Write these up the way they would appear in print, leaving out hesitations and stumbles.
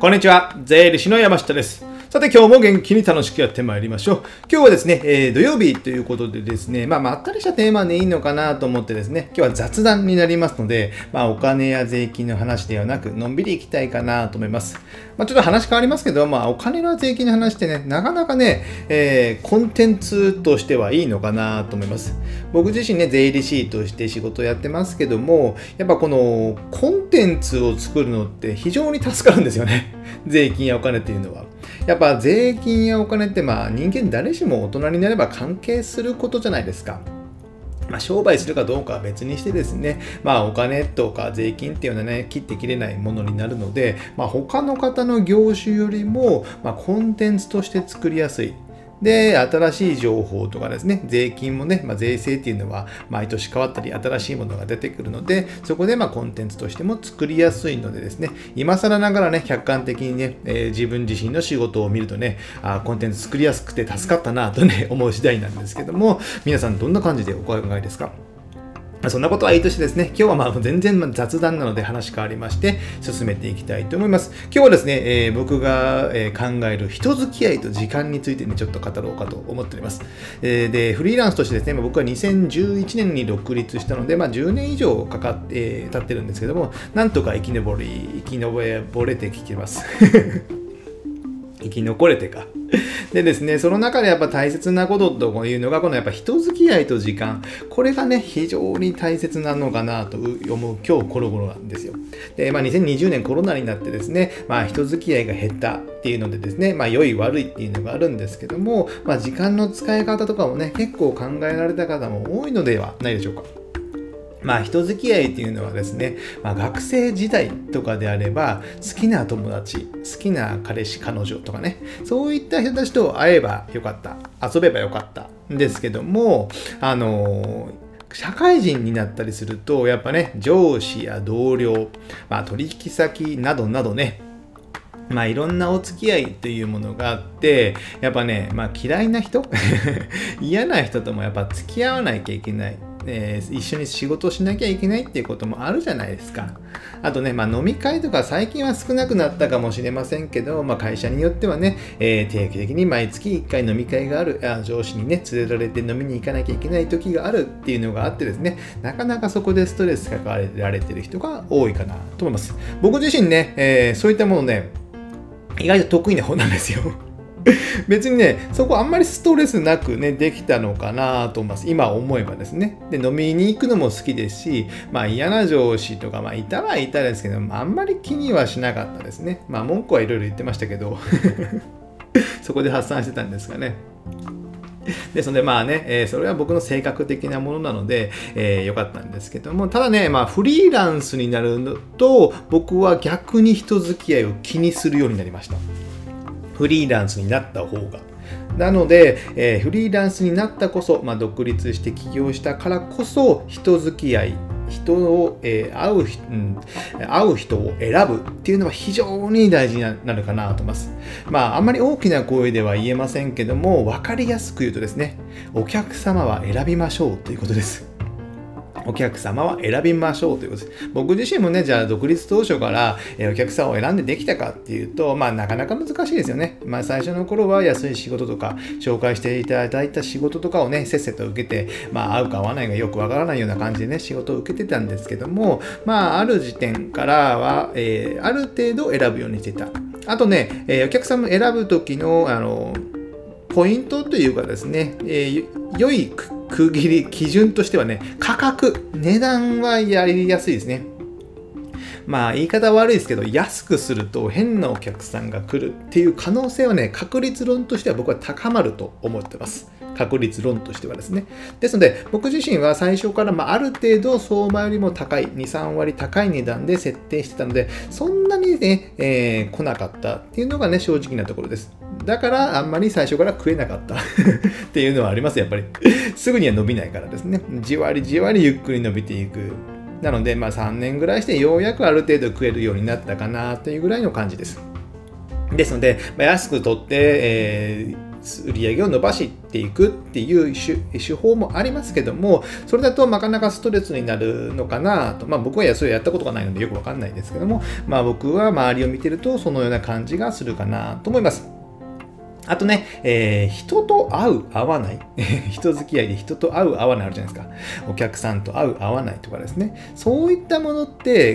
こんにちは、税理士の山下です。さて今日も元気に楽しくやってまいりましょう。今日はですね、土曜日ということでですね、まったりしたテーマでいいのかなと思ってですね、今日は雑談になりますので、お金や税金の話ではなく、のんびりいきたいかなと思います。ちょっと話変わりますけど、お金の税金の話ってね、なかなかね、コンテンツとしてはいいのかなと思います。僕自身ね、税理士として仕事をやってますけども、やっぱこのコンテンツを作るのって非常に助かるんですよね。税金やお金っていうのは。やっぱ税金やお金って人間誰しも大人になれば関係することじゃないですか。商売するかどうかは別にしてですね、お金とか税金っていうのはね、切って切れないものになるので、他の方の業種よりも、コンテンツとして作りやすい。で、新しい情報とかですね、税金もね、税制っていうのは毎年変わったり、新しいものが出てくるので、そこでコンテンツとしても作りやすいのでですね、今更ながらね、客観的にね、自分自身の仕事を見るとね、コンテンツ作りやすくて助かったなとね、思う次第なんですけども、皆さんどんな感じでお考えですか？そんなことはいいとしてですね、今日は全然雑談なので話変わりまして進めていきたいと思います。今日はですね、僕が考える人付き合いと時間についてね、ちょっと語ろうかと思っております。で、フリーランスとしてですね、僕は2011年に独立したので、10年以上経ってるんですけども、なんとか生き残れてきてます。生き残れてか。でですね、その中でやっぱ大切なことというのが、このやっぱ人付き合いと時間、これがね、非常に大切なのかなと思う今日この頃なんですよ。で、2020年コロナになってですね、人付き合いが減ったっていうのでですね、良い悪いっていうのがあるんですけども、時間の使い方とかもね、結構考えられた方も多いのではないでしょうか。人付き合いっていうのはですね、学生時代とかであれば、好きな友達、好きな彼氏、彼女とかね、そういった人たちと会えばよかった、遊べばよかったんですけども、社会人になったりすると、やっぱね、上司や同僚、取引先などなどね、いろんなお付き合いというものがあって、やっぱね、嫌いな人嫌な人ともやっぱ付き合わなきゃいけない。一緒に仕事をしなきゃいけないっていうこともあるじゃないですか。あとね、飲み会とか最近は少なくなったかもしれませんけど、会社によってはね、定期的に毎月1回飲み会がある、上司にね、連れられて飲みに行かなきゃいけない時があるっていうのがあってですね、なかなかそこでストレス抱えられてる人が多いかなと思います。僕自身ね、そういったものね、意外と得意な方なんですよ。別にね、そこあんまりストレスなくね、できたのかなと思います。今思えばですね。で、飲みに行くのも好きですし、嫌な上司とか、いたはいたですけど、あんまり気にはしなかったですね。文句はいろいろ言ってましたけど、そこで発散してたんですがね。ですのでそれは僕の性格的なものなので、良かったんですけども、ただね、フリーランスになると、僕は逆に人付き合いを気にするようになりました。フリーランスになった方が。なので、フリーランスになったこそ、独立して起業したからこそ、人付き合い、人を、会う人を選ぶっていうのは非常に大事になるかなと思います。あんまり大きな声では言えませんけども、分かりやすく言うとですね、お客様は選びましょうということです。お客様は選びましょうということです。僕自身もね、じゃあ独立当初から、お客さんを選んでできたかっていうと、なかなか難しいですよね。最初の頃は安い仕事とか、紹介していただいた仕事とかをね、せっせと受けて、合うか合わないがよくわからないような感じでね、仕事を受けてたんですけども、ある時点からは、ある程度選ぶようにしてた。あとね、お客さんを選ぶ時の、ポイントというかですね、良い区切り、基準としてはね、価格、値段はやりやすいですね。言い方悪いですけど、安くすると変なお客さんが来るっていう可能性はね、確率論としては僕は高まると思ってます。確率論としてはですね。ですので、僕自身は最初からある程度相場よりも高い、2、3割高い値段で設定してたので、そんなにね、来なかったっていうのがね、正直なところです。だからあんまり最初から食えなかったっていうのはあります、やっぱり。すぐには伸びないからですね。じわりじわりゆっくり伸びていく。なので、3年ぐらいしてようやくある程度食えるようになったかなというぐらいの感じです。ですので、安く取って、 売り上げを伸ばしていくっていう手法もありますけども、それだとなかなかストレスになるのかなと、僕はそれやったことがないのでよくわかんないですけども、僕は周りを見てるとそのような感じがするかなと思います。あとね、人と会う、会わない人付き合いで人と会う、会わないあるじゃないですか。お客さんと会う、会わないとかですね。そういったものって、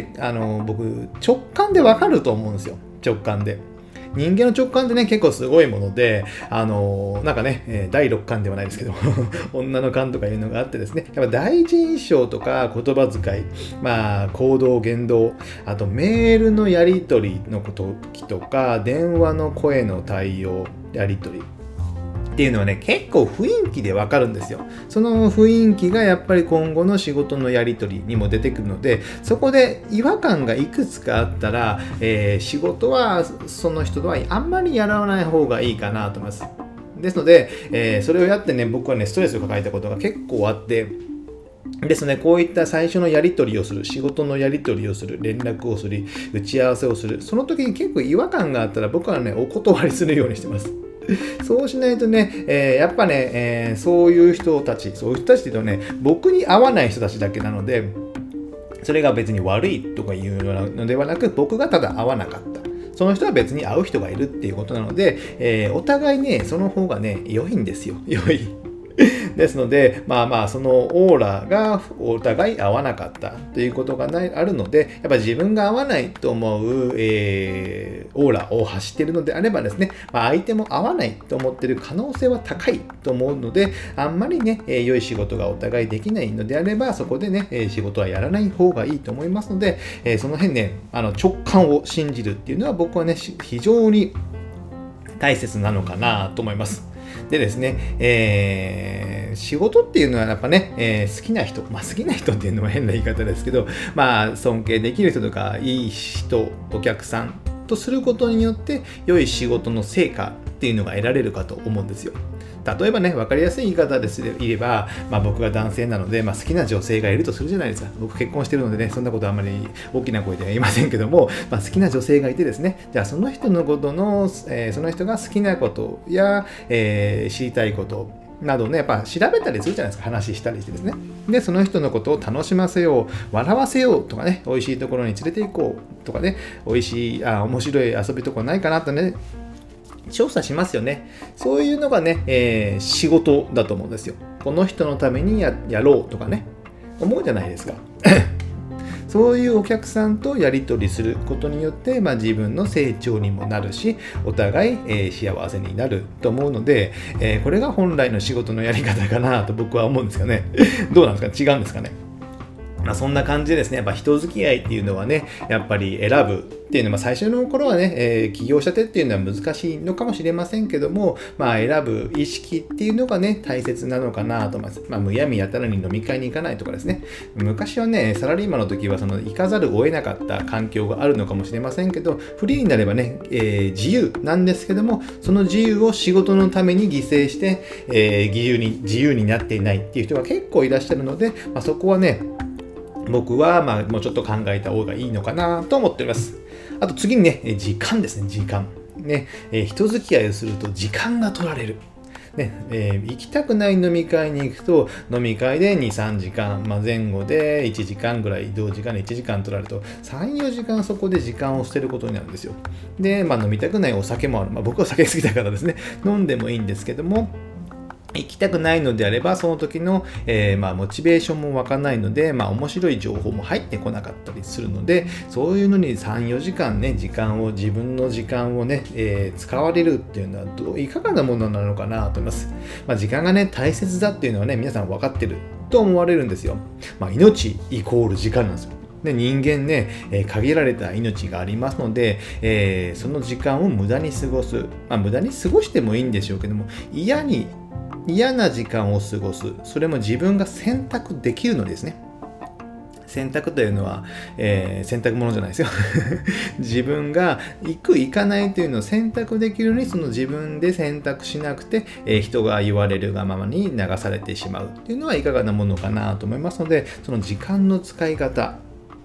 僕、直感でわかると思うんですよ。直感で。人間の直感ってね、結構すごいもので、なんかね、第六感ではないですけど、女の感とかいうのがあってですね、やっぱ第一印象とか言葉遣い、行動、言動、あとメールのやり取りの時とか、電話の声の対応、やり取り。っていうのはね、結構雰囲気でわかるんですよ。その雰囲気がやっぱり今後の仕事のやり取りにも出てくるので、そこで違和感がいくつかあったら、仕事はその人とはあんまりやらない方がいいかなと思います。ですので、それをやってね、僕はね、ストレスを抱えたことが結構あって、ですね、こういった最初のやり取りをする、仕事のやり取りをする、連絡をする、打ち合わせをする、その時に結構違和感があったら僕はね、お断りするようにしてます。そうしないとね、やっぱね、そういう人たちっていうとね、僕に合わない人たちだけなので、それが別に悪いとかいうのではなく、僕がただ合わなかった。その人は別に会う人がいるっていうことなので、お互いね、その方がね、良いんですよ。良い。ですので、そのオーラがお互い合わなかったということがあるので、やっぱ自分が合わないと思う、オーラを発しているのであればですね、相手も合わないと思っている可能性は高いと思うので、あんまりね、良い仕事がお互いできないのであれば、そこでね、仕事はやらない方がいいと思いますので、その辺ね、直感を信じるっていうのは僕はね、非常に大切なのかなと思います。でですね、仕事っていうのはやっぱね、好きな人っていうのは変な言い方ですけど、尊敬できる人とかいい人、お客さんとすることによって良い仕事の成果っていうのが得られるかと思うんですよ。例えばね、分かりやすい言い方で言えば、僕が男性なので、好きな女性がいるとするじゃないですか。僕結婚してるのでね、そんなことはあんまり大きな声では言いませんけども、好きな女性がいてですね、じゃあその人のことの、その人が好きなことや、知りたいことなどね、やっぱ調べたりするじゃないですか。話したりしてですね。で、その人のことを楽しませよう、笑わせようとかね、美味しいところに連れて行こうとかね、面白い遊びとこないかなとね、調査しますよね。そういうのがね、仕事だと思うんですよ。この人のために やろうとかね、思うじゃないですか。そういうお客さんとやり取りすることによって、自分の成長にもなるし、お互い、幸せになると思うので、これが本来の仕事のやり方かなと僕は思うんですよね。どうなんですか？違うんですかね？そんな感じでですね、やっぱ人付き合いっていうのはね、やっぱり選ぶっていうのは、最初の頃はね、起業したてっていうのは難しいのかもしれませんけども、選ぶ意識っていうのがね、大切なのかなと思います。むやみやたらに飲み会に行かないとかですね、昔はね、サラリーマンの時は行かざるを得なかった環境があるのかもしれませんけど、フリーになればね、自由なんですけども、その自由を仕事のために犠牲して、自由になっていないっていう人が結構いらっしゃるので、そこはね、僕はもうちょっと考えた方がいいのかなと思っております。あと次にね、時間ですね、時間。ね、人付き合いをすると時間が取られる。ね、行きたくない飲み会に行くと、飲み会で2、3時間、前後で1時間ぐらい、移動時間で1時間取られると、3、4時間そこで時間を捨てることになるんですよ。で、飲みたくないお酒もある。僕は酒好きだからですね、飲んでもいいんですけども、行きたくないのであれば、その時の、モチベーションも湧かないので、面白い情報も入ってこなかったりするので、そういうのに3、4時間ね、自分の時間をね、使われるっていうのはいかがなものなのかなと思います。時間がね、大切だっていうのはね、皆さん分かってると思われるんですよ。命イコール時間なんですよ。で、人間ね、限られた命がありますので、その時間を無駄に過ごす。無駄に過ごしてもいいんでしょうけども、嫌な時間を過ごす。それも自分が選択できるのですね。選択というのは、選択ものじゃないですよ。自分が行かないというのを選択できるのに、その自分で選択しなくて、人が言われるがままに流されてしまうというのはいかがなものかなと思いますので、その時間の使い方、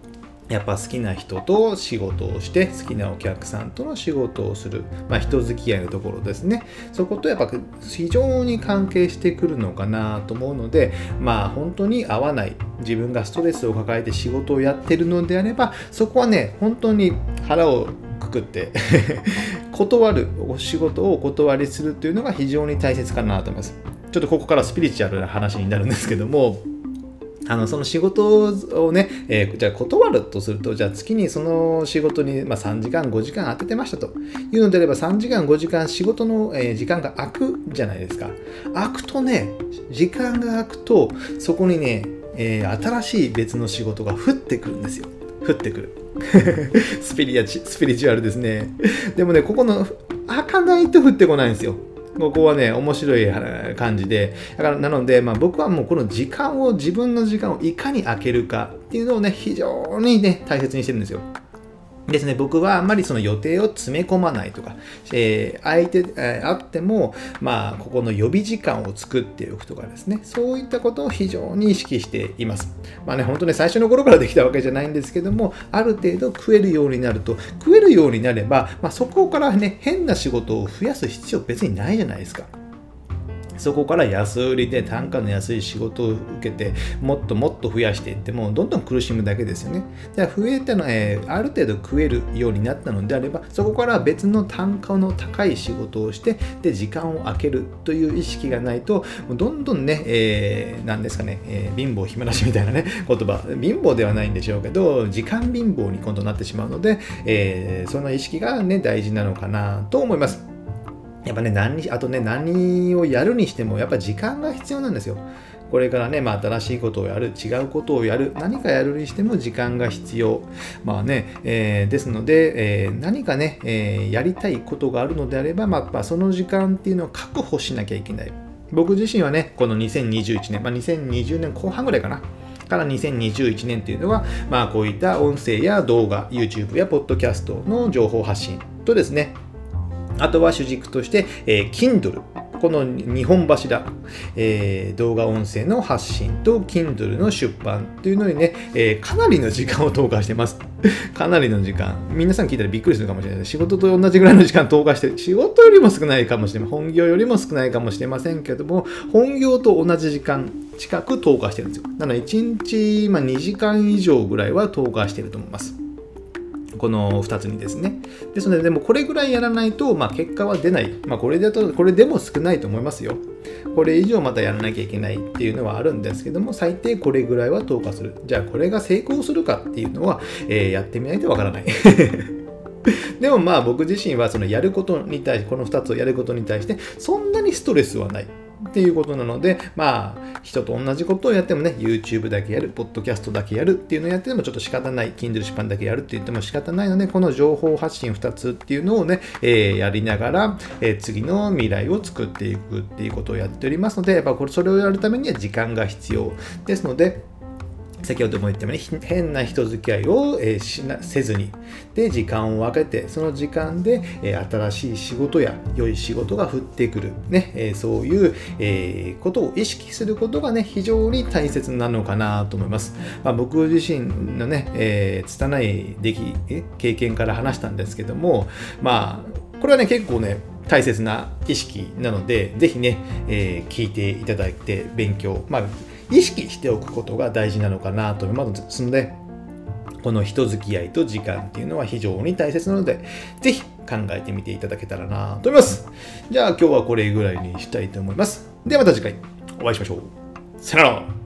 やっぱ好きな人と仕事をして好きなお客さんとの仕事をする、人付き合いのところですね。そことやっぱ非常に関係してくるのかなと思うので、本当に合わない、自分がストレスを抱えて仕事をやってるのであれば、そこはね本当に腹をくくって断る、お仕事をお断りするというのが非常に大切かなと思います。ちょっとここからスピリチュアルな話になるんですけども、その仕事をね、じゃあ断るとすると、じゃあ月にその仕事に3時間5時間当ててましたというのであれば、3時間5時間仕事の時間が空くじゃないですか。空くとね、時間が空くとそこにね、新しい別の仕事が降ってくるんですよ。降ってくるスピリチュアルですね。でもね、ここの開かないと降ってこないんですよ。ここはね、面白い感じで、だからなので、僕はもうこの自分の時間をいかに空けるかっていうのをね、非常にね、大切にしてるんですよ。ですね、僕はあんまりその予定を詰め込まないとか、あっても、ここの予備時間を作っておくとかですね、そういったことを非常に意識しています。本当に最初の頃からできたわけじゃないんですけども、ある程度食えるようになれば、そこからね、変な仕事を増やす必要別にないじゃないですか。そこから安売りで単価の安い仕事を受けてもっともっと増やしていってもどんどん苦しむだけですよね。じゃあ増えたの、ある程度食えるようになったのであれば、そこから別の単価の高い仕事をしてで時間を空けるという意識がないと、どんどんね、なんですかね、貧乏暇なしみたいなね言葉、貧乏ではないんでしょうけど時間貧乏に今度なってしまうので、その意識がね大事なのかなと思います。やっぱね、何をやるにしてもやっぱ時間が必要なんですよ。これからね、新しいことをやる、違うことをやる、何かやるにしても時間が必要。ですので、何かね、やりたいことがあるのであれば、その時間っていうのを確保しなきゃいけない。僕自身はね、この2021年、2020年後半ぐらいかな。から2021年っていうのは、こういった音声や動画、YouTube やポッドキャストの情報発信とですね、あとは主軸として、Kindle。この2本柱、動画音声の発信と Kindle の出版というのにね、かなりの時間を投下してます。かなりの時間。皆さん聞いたらびっくりするかもしれない。仕事と同じぐらいの時間投下してる。仕事よりも少ないかもしれません。本業よりも少ないかもしれませんけども、本業と同じ時間近く投下してるんですよ。なので1日、2時間以上ぐらいは投下してると思います。この2つにですね。ですので、でもこれぐらいやらないと、結果は出ない。これでも少ないと思いますよ。これ以上またやらなきゃいけないっていうのはあるんですけども、最低これぐらいは投下する。じゃあこれが成功するかっていうのは、やってみないとわからない。でも僕自身はそのやることに対して、この2つをやることに対して、そんなにストレスはない。っていうことなので、人と同じことをやってもね、YouTube だけやる、ポッドキャストだけやるっていうのをやってもちょっと仕方ない、Kindle 出版だけやるって言っても仕方ないので、この情報発信2つっていうのをね、やりながら、次の未来を作っていくっていうことをやっておりますので、やっぱそれをやるためには時間が必要ですので、先ほども言ったように変な人付き合いをせずにで時間を空けてその時間で新しい仕事や良い仕事が降ってくる、そういうことを意識することがね非常に大切なのかなと思います。僕自身のね、拙い経験から話したんですけども、これはね結構ね大切な意識なのでぜひね、聞いていただいて勉強意識しておくことが大事なのかなと思いますので、この人付き合いと時間っていうのは非常に大切なので、ぜひ考えてみていただけたらなと思います。じゃあ今日はこれぐらいにしたいと思います。ではまた次回お会いしましょう。さよなら。